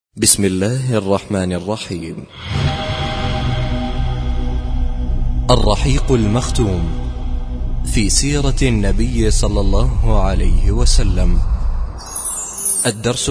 بسم الله الرحمن الرحيم. الرحيق المختوم في سيرة النبي صلى الله عليه وسلم. الدرس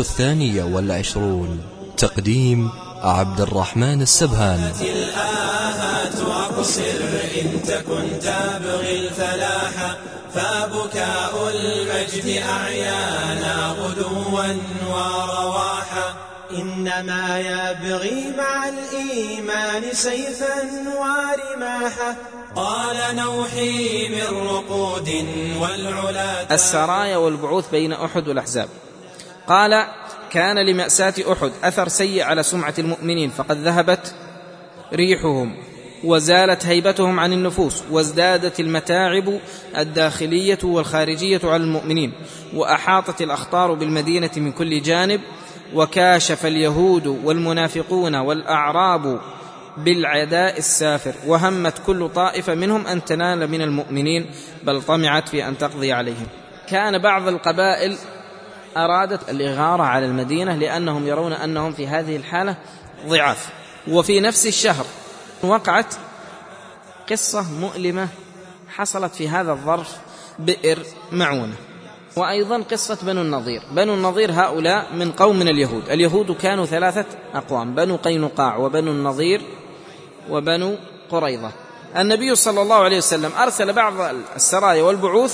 22. تقديم عبد الرحمن السبهان. الآهات وأقصر إن تكن تبغي الفلاح، فبكاء المجد أعيانا غدوا ورواحا، إنما يبغي مع الإيمان سيفا ورماحا. قال نوحي من رقود والعلا. السرايا والبعوث بين أحد والأحزاب. قال: كان لمأساة أحد أثر سيء على سمعة المؤمنين، فقد ذهبت ريحهم وزالت هيبتهم عن النفوس، وازدادت المتاعب الداخلية والخارجية على المؤمنين، وأحاطت الأخطار بالمدينة من كل جانب، وكاشف اليهود والمنافقون والأعراب بالعداء السافر، وهمت كل طائفة منهم أن تنال من المؤمنين، بل طمعت في أن تقضي عليهم. كان بعض القبائل أرادت الإغارة على المدينة لأنهم يرون أنهم في هذه الحالة ضعاف. وفي نفس الشهر وقعت قصة مؤلمة حصلت في هذا الظرف بئر معونة، وأيضا قصة بنو النضير. بنو النضير هؤلاء من قوم من اليهود. اليهود كانوا 3 أقوام: بنو قينقاع وبنو النضير وبنو قريظة. النبي صلى الله عليه وسلم أرسل بعض السرايا والبعوث،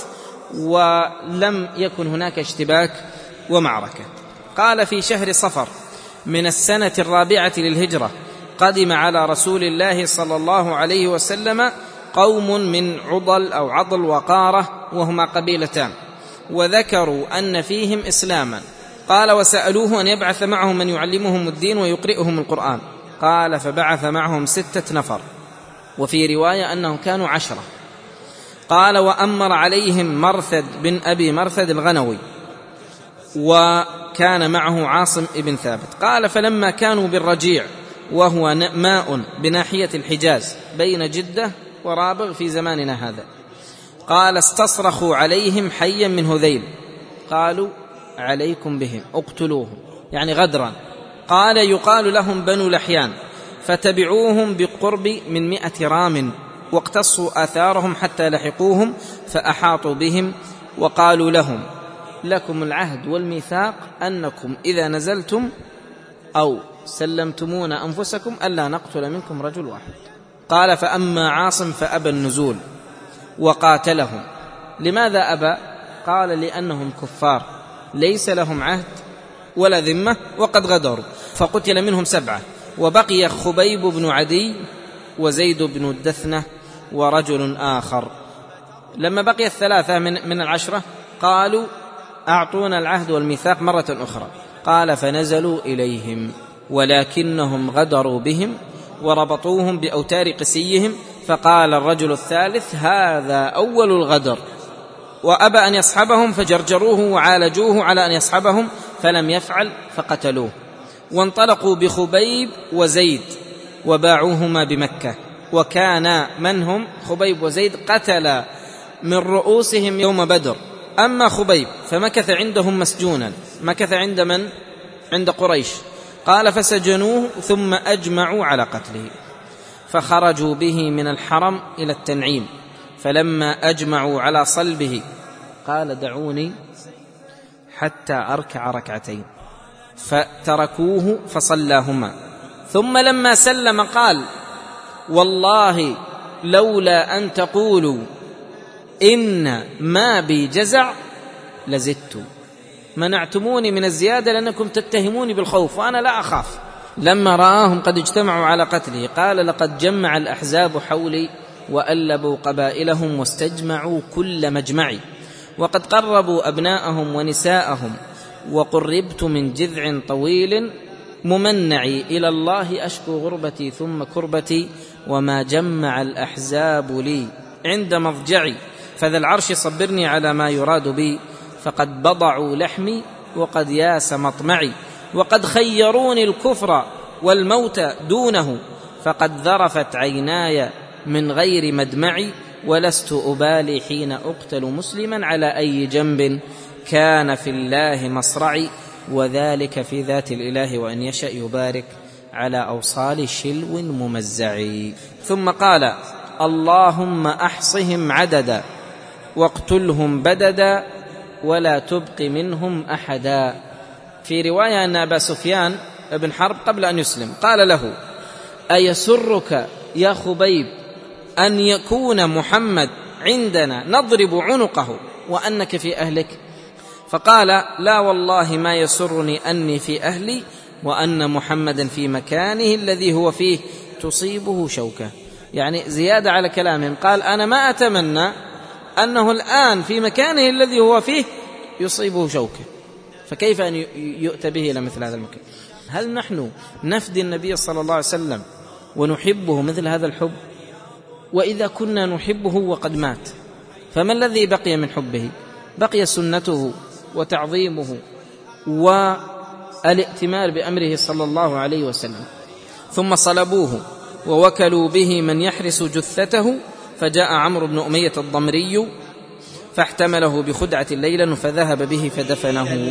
ولم يكن هناك اشتباك ومعركة. قال: في شهر صفر من السنة 4 للهجرة قدم على رسول الله صلى الله عليه وسلم قوم من عضل أو عضل وقارة، وهما قبيلتان، وذكروا أن فيهم إسلاما. قال: وسألوه أن يبعث معهم من يعلمهم الدين ويقرئهم القرآن. قال: فبعث معهم 6 نفر، وفي رواية أنهم كانوا 10. قال: وأمر عليهم مرثد بن أبي مرثد الغنوي، وكان معه عاصم ابن ثابت. قال: فلما كانوا بالرجيع، وهو ماء بناحية الحجاز بين جدة ورابغ في زماننا هذا، قال: استصرخوا عليهم حيا من هذيل، قالوا: عليكم بهم اقتلوهم، يعني غدرا. قال: يقال لهم بنو لحيان، فتبعوهم بقرب من 100 رام، واقتصوا آثارهم حتى لحقوهم، فأحاطوا بهم وقالوا لهم: لكم العهد والميثاق أنكم إذا نزلتم أو سلمتمون أنفسكم ألا نقتل منكم رجل واحد. قال: فأما عاصم فأبى النزول وقاتلهم. لماذا أبى؟ قال: لأنهم كفار ليس لهم عهد ولا ذمة، وقد غدروا. فقتل منهم 7، وبقي خبيب بن عدي وزيد بن الدثنة ورجل آخر. لما بقي 3 من 10 قالوا: أعطونا العهد والميثاق مرة أخرى. قال: فنزلوا إليهم، ولكنهم غدروا بهم وربطوهم بأوتار قسيهم. فقال الرجل الثالث: هذا أول الغدر، وأبى أن يصحبهم، فجرجروه وعالجوه على أن يصحبهم، فلم يفعل فقتلوه. وانطلقوا بخبيب وزيد وباعوهما بمكة، وكان من هم خبيب وزيد قتل من رؤوسهم يوم بدر. أما خبيب فمكث عندهم مسجونا، مكث عند من؟ عند قريش. قال: فسجنوه ثم أجمعوا على قتله، فخرجوا به من الحرم إلى التنعيم، فلما أجمعوا على صلبه قال: دعوني حتى أركع 2 ركعتين، فتركوه فصلاهما. ثم لما سلم قال: والله لولا أن تقولوا إن ما بي جزع لزدت، منعتموني من الزيادة لأنكم تتهموني بالخوف وأنا لا أخاف. لما رآهم قد اجتمعوا على قتله قال: لقد جمع الأحزاب حولي وألبوا قبائلهم واستجمعوا كل مجمعي، وقد قربوا أبناءهم ونساءهم، وقربت من جذع طويل ممنعي إلى الله أشكو غربتي ثم كربتي، وما جمع الأحزاب لي عند مضجعي، فذا العرش صبرني على ما يراد بي، فقد بضعوا لحمي وقد ياس مطمعي، وقد خيروني الكفر والموت دونه، فقد ذرفت عيناي من غير مدمعي، ولست أبالي حين أقتل مسلما على أي جنب كان في الله مصرعي، وذلك في ذات الإله وإن يشأ يبارك على أوصال شلو ممزع. ثم قال: اللهم أحصهم عددا واقتلهم بددا ولا تبق منهم أحدا. في رواية أن أبا سفيان بن حرب قبل أن يسلم قال له: أيسرك يا خبيب أن يكون محمد عندنا نضرب عنقه وأنك في أهلك؟ فقال: لا والله ما يسرني أني في أهلي وأن محمدا في مكانه الذي هو فيه تصيبه شوكة. يعني زيادة على كلامهم، قال: أنا ما أتمنى أنه الآن في مكانه الذي هو فيه يصيبه شوكة، فكيف أن يؤتى به إلى مثل هذا المكان؟ هل نحن نفدي النبي صلى الله عليه وسلم ونحبه مثل هذا الحب؟ وإذا كنا نحبه وقد مات فما الذي بقي من حبه؟ بقي سنته وتعظيمه والائتمار بأمره صلى الله عليه وسلم. ثم صلبوه ووكلوا به من يحرس جثته، فجاء عمرو بن أمية الضمري فاحتمله بخدعة ليلا فذهب به فدفنه.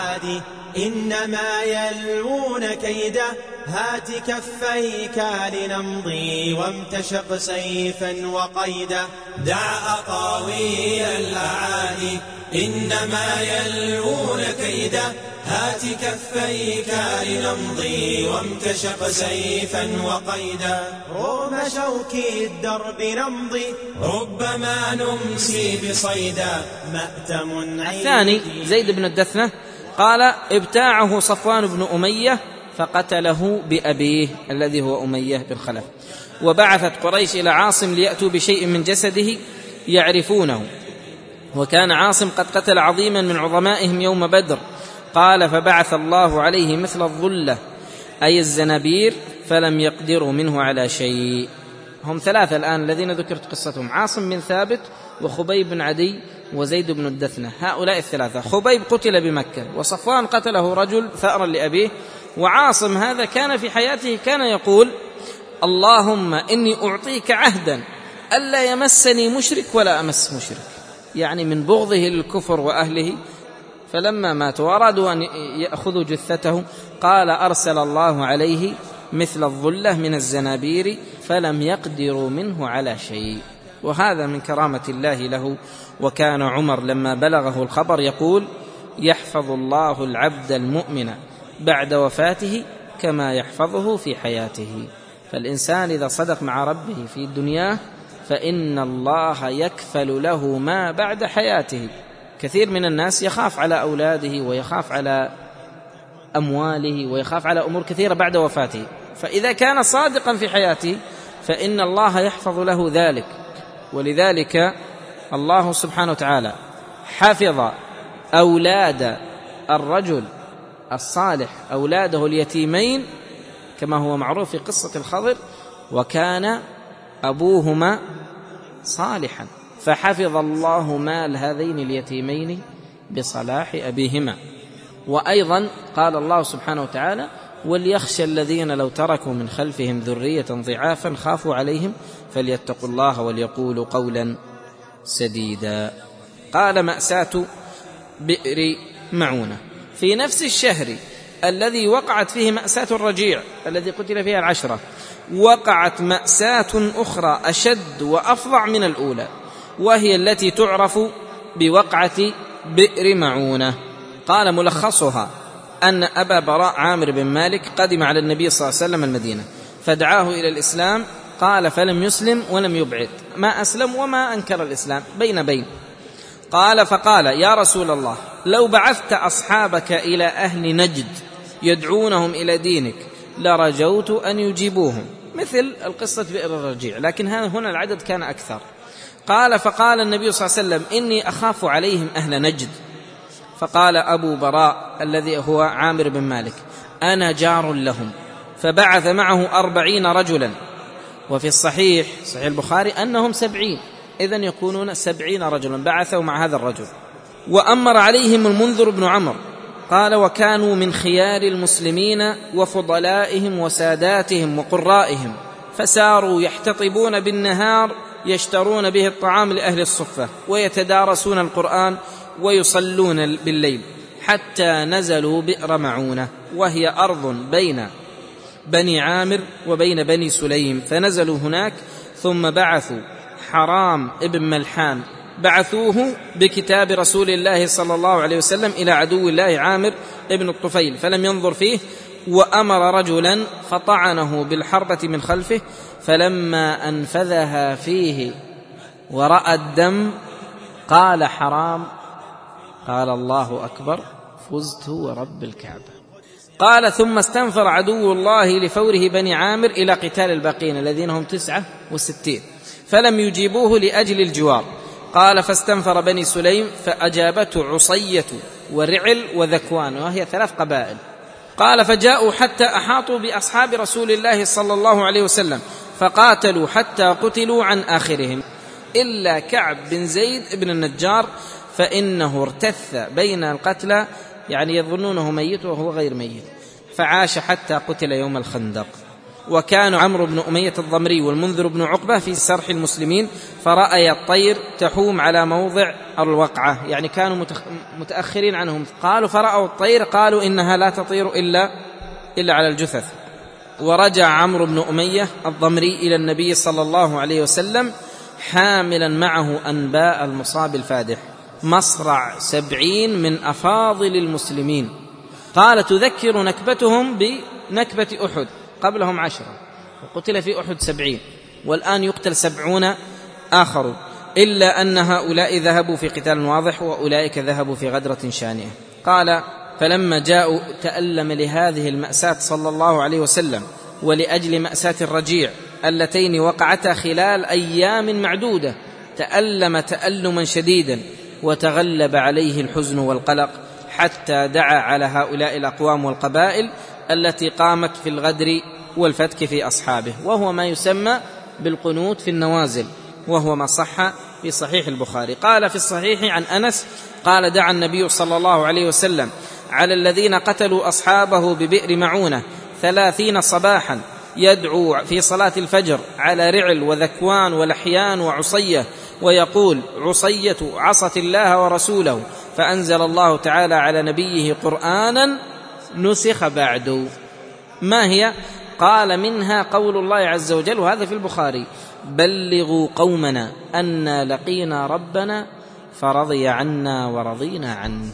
إنما يلوون كيدا هات كفيك لنمضي وامتشق سيفا وقيدا. دع أطاوي الأعادي إنما يلوون كيدا هات كفيك لنمضي وامتشق سيفا وقيدا. رغم شوك الدرب نمضي ربما نمسي بصيدا مأتم. الثاني زيد بن الدثنة قال: ابتاعه صفوان بن أمية فقتله بأبيه الذي هو أمية بن خلف. وبعثت قريش إلى عاصم ليأتوا بشيء من جسده يعرفونه، وكان عاصم قد قتل عظيما من عظمائهم يوم بدر. قال: فبعث الله عليه مثل الظلة أي الزنابير فلم يقدروا منه على شيء. هم ثلاثة الآن الذين ذكرت قصتهم: عاصم بن ثابت وخبيب بن عدي وزيد بن الدثنة. هؤلاء الثلاثة. خبيب قتل بمكة، وصفوان قتله رجل ثأرا لأبيه، وعاصم هذا كان في حياته كان يقول: اللهم إني أعطيك عهدا ألا يمسني مشرك ولا أمس مشرك، يعني من بغضه للكفر وأهله. فلما مات وأرادوا أن يأخذوا جثته قال: أرسل الله عليه مثل الظلة من الزنابير فلم يقدروا منه على شيء. وهذا من كرامة الله له. وكان عمر لما بلغه الخبر يقول: يحفظ الله العبد المؤمن بعد وفاته كما يحفظه في حياته. فالإنسان إذا صدق مع ربه في الدنيا فإن الله يكفل له ما بعد حياته. كثير من الناس يخاف على أولاده ويخاف على أمواله ويخاف على أمور كثيرة بعد وفاته، فإذا كان صادقا في حياته فإن الله يحفظ له ذلك. ولذلك الله سبحانه وتعالى حفظ أولاد الرجل الصالح، أولاده اليتيمين، كما هو معروف في قصة الخضر: وكان أبوهما صالحا فحفظ الله مال هذين اليتيمين بصلاح أبيهما. وأيضا قال الله سبحانه وتعالى: وليخشى الذين لو تركوا من خلفهم ذرية ضعافا خافوا عليهم فليتقوا الله وليقولوا قولا سديدا. قال: مأساة بئر معونة. في نفس الشهر الذي وقعت فيه مأساة الرجيع الذي قتل فيها 10 وقعت مأساة أخرى أشد وأفظع من الأولى، وهي التي تعرف بوقعة بئر معونة. قال: ملخصها أن أبا براء عامر بن مالك قدم على النبي صلى الله عليه وسلم المدينة فدعاه إلى الإسلام. قال: فلم يسلم ولم يبعد، ما أسلم وما أنكر الإسلام، بين بين. قال: فقال: يا رسول الله، لو بعثت أصحابك إلى أهل نجد يدعونهم إلى دينك لرجوت أن يجيبوهم، مثل القصة بئر الرجيع، لكن هنا العدد كان أكثر. قال: فقال النبي صلى الله عليه وسلم: إني أخاف عليهم أهل نجد. فقال أبو براء الذي هو عامر بن مالك: أنا جار لهم. فبعث معه 40 رجلا، وفي الصحيح صحيح البخاري أنهم 70، إذن يكونون 70 رجلا بعثوا مع هذا الرجل. وأمر عليهم المنذر بن عمرو. قال: وكانوا من خيار المسلمين وفضلائهم وساداتهم وقرائهم، فساروا يحتطبون بالنهار يشترون به الطعام لأهل الصفة، ويتدارسون القرآن ويصلون بالليل، حتى نزلوا بئر معونة، وهي أرض بين بني عامر وبين بني سليم، فنزلوا هناك. ثم بعثوا حرام ابن ملحان، بعثوه بكتاب رسول الله صلى الله عليه وسلم إلى عدو الله عامر ابن الطفيل، فلم ينظر فيه، وأمر رجلا فطعنه بالحربة من خلفه، فلما أنفذها فيه ورأى الدم قال حرام، قال الله أكبر، فزت ورب الكعبة. قال ثم استنفر عدو الله لفوره بني عامر إلى قتال الباقين الذين هم 69، فلم يجيبوه لأجل الجوار. قال فاستنفر بني سليم فأجابته عصية ورعل وذكوان، وهي 3 قبائل. قال فجاءوا حتى أحاطوا بأصحاب رسول الله صلى الله عليه وسلم، فقاتلوا حتى قتلوا عن آخرهم إلا كعب بن زيد بن النجار، فإنه ارتث بين القتلى، يعني يظنونه ميت وهو غير ميت، فعاش حتى قتل يوم الخندق. وكان عمرو بن أمية الضمري والمنذر بن عقبة في سرح المسلمين، فرأي الطير تحوم على موضع الوقعة، يعني كانوا متأخرين عنهم. قالوا فرأوا الطير، قالوا إنها لا تطير إلا على الجثث. ورجع عمرو بن أمية الضمري إلى النبي صلى الله عليه وسلم حاملا معه أنباء المصاب الفادح، مصرع 70 من أفاضل المسلمين. قال تذكر نكبتهم بنكبة أحد، قبلهم 10، وقتل في أحد 70، والآن يقتل 70 آخر، إلا أن هؤلاء ذهبوا في قتال واضح وأولئك ذهبوا في غدرة شانئة. قال فلما جاءوا تألم لهذه المأساة صلى الله عليه وسلم ولأجل مأساة الرجيع اللتين وقعتا خلال أيام معدودة، تألم تألما شديدا وتغلب عليه الحزن والقلق، حتى دعا على هؤلاء الأقوام والقبائل التي قامت في الغدر والفتك في أصحابه، وهو ما يسمى بالقنوت في النوازل، وهو ما صح في صحيح البخاري. قال في الصحيح عن أنس قال دعا النبي صلى الله عليه وسلم على الذين قتلوا أصحابه ببئر معونة 30 صباحا، يدعو في صلاة الفجر على رعل وذكوان ولحيان وعصية، ويقول عصية عصت الله ورسوله، فأنزل الله تعالى على نبيه قرآنا نسخ بعد. ما هي؟ قال منها قول الله عز وجل، وهذا في البخاري: بلغوا قومنا أنا لقينا ربنا فرضي عنا ورضينا عنه.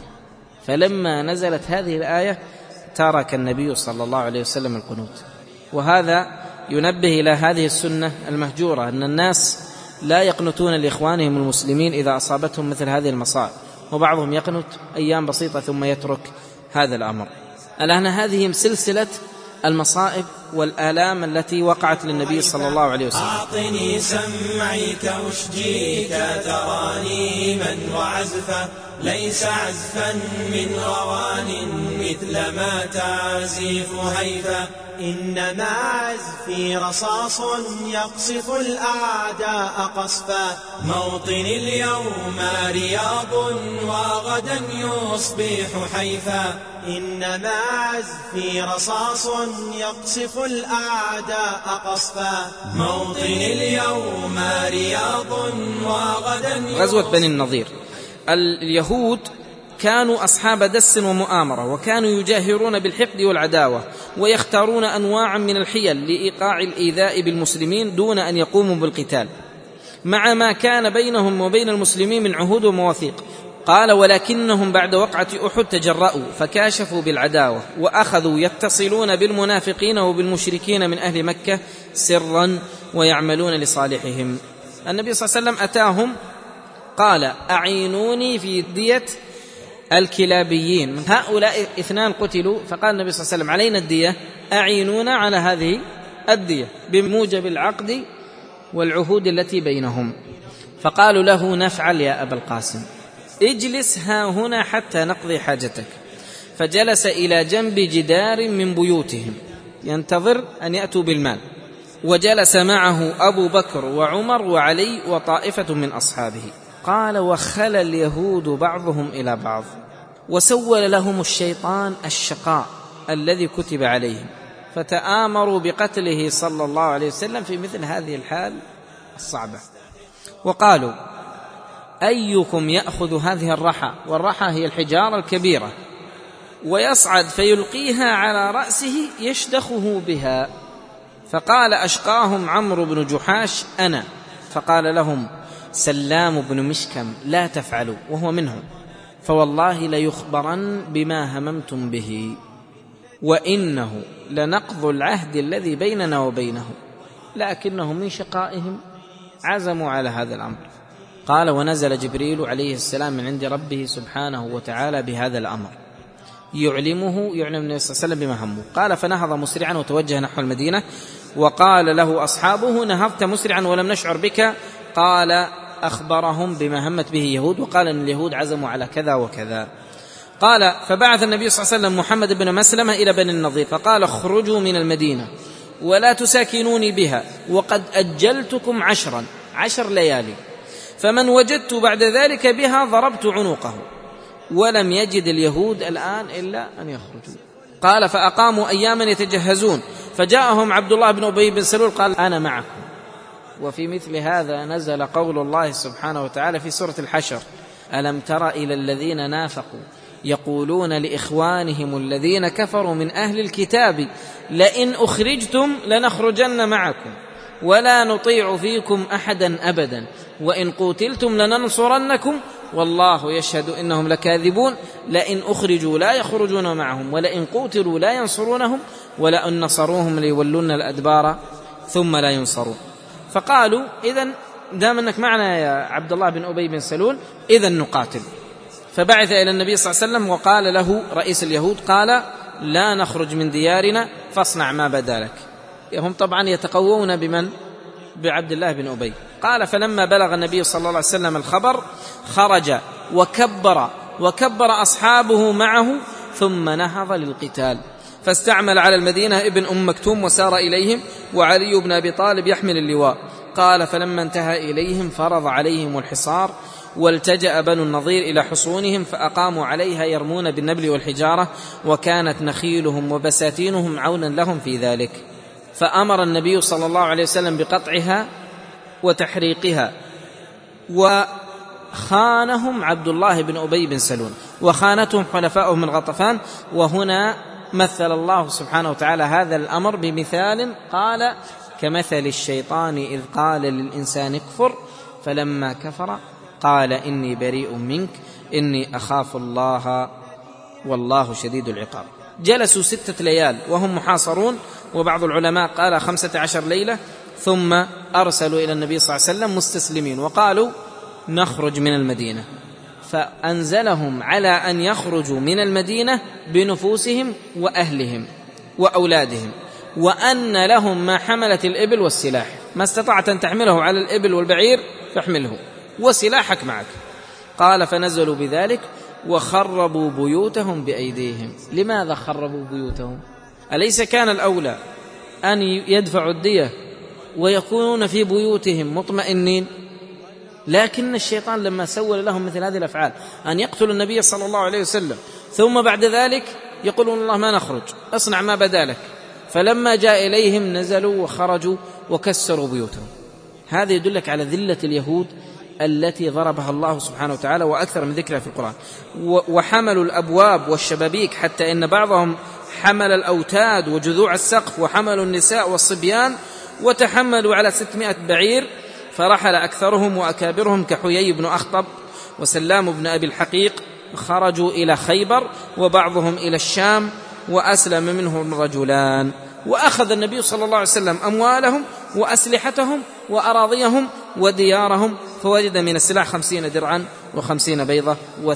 فلما نزلت هذه الآية ترك النبي صلى الله عليه وسلم القنوت. وهذا ينبه إلى هذه السنة المهجورة، أن الناس لا يقنتون لإخوانهم المسلمين إذا أصابتهم مثل هذه المصائب، وبعضهم يقنت أيام بسيطة ثم يترك هذا الأمر. الآن هذه سلسلة المصائب والآلام التي وقعت للنبي صلى الله عليه وسلم. أعطني سمعك أشجيك ترانيما وعزفا، ليس عزفا من روان مثل ما تعزف هيفا، إنما عزفي رصاص يقصف الأعداء قصفا، موطني اليوم رياض وغدا يصبح حيفا، إنما عزفي رصاص يقصف الأعداء قصفا، موطني اليوم رياض وغدا. غزوة بني النضير، اليهود كانوا أصحاب دس ومؤامرة، وكانوا يجاهرون بالحقد والعداوة، ويختارون أنواعا من الحيل لإيقاع الإيذاء بالمسلمين دون أن يقوموا بالقتال، مع ما كان بينهم وبين المسلمين من عهود ومواثيق. قال ولكنهم بعد وقعة أحد تجرؤوا فكاشفوا بالعداوة، وأخذوا يتصلون بالمنافقين وبالمشركين من أهل مكة سرا ويعملون لصالحهم. النبي صلى الله عليه وسلم أتاهم قال أعينوني في دية الكلابيين، هؤلاء 2 قتلوا، فقال النبي صلى الله عليه وسلم علينا الدية، أعينونا على هذه الدية بموجب العقد والعهود التي بينهم. فقالوا له نفعل يا أبا القاسم، اجلس ها هنا حتى نقضي حاجتك. فجلس إلى جنب جدار من بيوتهم ينتظر أن يأتوا بالمال، وجلس معه أبو بكر وعمر وعلي وطائفة من أصحابه. قال وخلى اليهود بعضهم إلى بعض، وسول لهم الشيطان الشقاء الذي كتب عليهم، فتآمروا بقتله صلى الله عليه وسلم في مثل هذه الحال الصعبة. وقالوا أيكم يأخذ هذه الرحى، والرحى هي الحجارة الكبيرة ويصعد فيلقيها على رأسه يشدخه بها. فقال أشقاهم عمرو بن جحاش أنا، فقال لهم سلام بن مشكم لا تفعلوا، وهو منهم، فوالله ليخبرن بما هممتم به، وإنه لنقض العهد الذي بيننا وبينه، لكنهم من شقائهم عزموا على هذا الأمر. قال ونزل جبريل عليه السلام من عند ربه سبحانه وتعالى بهذا الأمر يعلم النبي صلى الله عليه وسلم بما همه. قال فنهض مسرعا وتوجه نحو المدينة، وقال له أصحابه نهضت مسرعا ولم نشعر بك. قال أخبرهم بما همت به يهود، وقال أن اليهود عزموا على كذا وكذا. قال فبعث النبي صلى الله عليه وسلم محمد بن مسلمة إلى بني النضير فقال اخرجوا من المدينة ولا تساكنوني بها، وقد أجلتكم 10 ليالي، فمن وجدت بعد ذلك بها ضربت عنقه. ولم يجد اليهود الآن إلا أن يخرجوا. قال فأقاموا أياما يتجهزون، فجاءهم عبد الله بن أبي بن سلول قال أنا معكم. وفي مثل هذا نزل قول الله سبحانه وتعالى في سورة الحشر ألم تر إلى الذين نافقوا يقولون لإخوانهم الذين كفروا من أهل الكتاب لئن أخرجتم لنخرجن معكم ولا نطيع فيكم أحدا أبدا وإن قتلتم لننصرنكم والله يشهد إنهم لكاذبون لئن أخرجوا لا يخرجون معهم ولئن قتلوا لا ينصرونهم ولئن نصروهم ليولون الأدبار ثم لا ينصرون. فقالوا إذن دام أنك معنا يا عبد الله بن أبي بن سلول إذن نقاتل. فبعث إلى النبي صلى الله عليه وسلم وقال له رئيس اليهود قال لا نخرج من ديارنا فاصنع ما بدا لك. هم طبعا يتقوون بمن؟ بعبد الله بن أبي. قال فلما بلغ النبي صلى الله عليه وسلم الخبر خرج وكبر أصحابه معه ثم نهض للقتال، فاستعمل على المدينة ابن أم مكتوم وسار إليهم وعلي بن أبي طالب يحمل اللواء. قال فلما انتهى إليهم فرض عليهم الحصار، والتجأ بنو النضير إلى حصونهم فأقاموا عليها يرمون بالنبل والحجارة، وكانت نخيلهم وبساتينهم عونا لهم في ذلك. فأمر النبي صلى الله عليه وسلم بقطعها وتحريقها، وخانهم عبد الله بن أبي بن سلول وخانتهم حلفاؤهم من غطفان. وهنا مثل الله سبحانه وتعالى هذا الأمر بمثال قال كمثل الشيطان إذ قال للإنسان اكفر فلما كفر قال إني بريء منك إني أخاف الله والله شديد العقاب. جلسوا 6 ليال وهم محاصرون، وبعض العلماء قال 15 ليلة، ثم أرسلوا إلى النبي صلى الله عليه وسلم مستسلمين وقالوا نخرج من المدينة، فأنزلهم على أن يخرجوا من المدينة بنفوسهم وأهلهم وأولادهم، وأن لهم ما حملت الإبل والسلاح، ما استطعت أن تحمله على الإبل والبعير فاحمله وسلاحك معك. قال فنزلوا بذلك وخربوا بيوتهم بأيديهم. لماذا خربوا بيوتهم؟ أليس كان الأولى أن يدفعوا الدية ويكونون في بيوتهم مطمئنين؟ لكن الشيطان لما سول لهم مثل هذه الأفعال أن يقتلوا النبي صلى الله عليه وسلم ثم بعد ذلك يقولون الله ما نخرج اصنع ما بدا لك، فلما جاء إليهم نزلوا وخرجوا وكسروا بيوتهم. هذا يدلك على ذلة اليهود التي ضربها الله سبحانه وتعالى وأكثر من ذكرها في القرآن. وحملوا الأبواب والشبابيك حتى إن بعضهم حمل الأوتاد وجذوع السقف، وحملوا النساء والصبيان، وتحملوا على 600 بعير، فرحل أكثرهم وأكابرهم كحيي بن أخطب وسلام بن أبي الحقيق، خرجوا إلى خيبر وبعضهم إلى الشام، وأسلم منهم رجلان. وأخذ النبي صلى الله عليه وسلم أموالهم وأسلحتهم وأراضيهم وديارهم، فوجد من السلاح 50 درعا و50 بيضة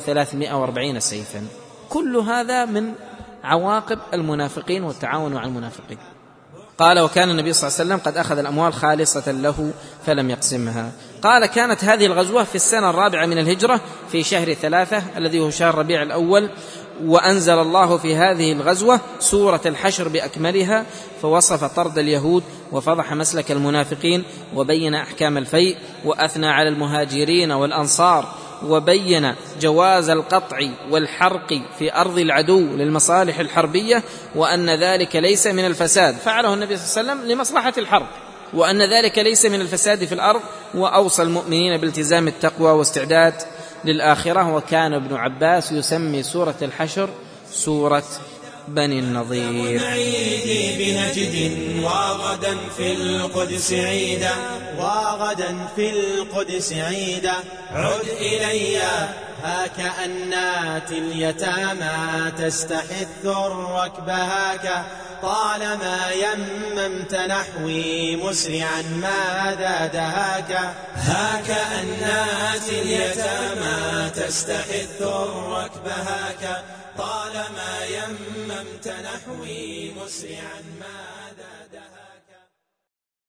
و340 سيفا. كل هذا من عواقب المنافقين والتعاون مع المنافقين. قال وكان النبي صلى الله عليه وسلم قد أخذ الأموال خالصة له فلم يقسمها. قال كانت هذه الغزوة في السنة 4 من الهجرة في شهر 3 الذي هو شهر ربيع الأول، وأنزل الله في هذه الغزوة سورة الحشر بأكملها، فوصف طرد اليهود وفضح مسلك المنافقين وبين أحكام الفيء، وأثنى على المهاجرين والأنصار، وبين جواز القطع والحرق في أرض العدو للمصالح الحربية، وأن ذلك ليس من الفساد، فعله النبي صلى الله عليه وسلم لمصلحة الحرب، وأن ذلك ليس من الفساد في الأرض، وأوصى المؤمنين بالتزام التقوى واستعداد للآخرة. وكان ابن عباس يسمي سورة الحشر سورة بني النضير. عيدي بنجد وغدا في القدس عيدا، وغدا في القدس عيدا، عد إلي هاك أنات اليتامى تستحث الركب هاك، طالما يممت نحوي مسرعا ماذا دهاك، هاك أنات اليتامى تستحث الركب هاك، طالما يممت نحوي مسرعا ماذا دهاك.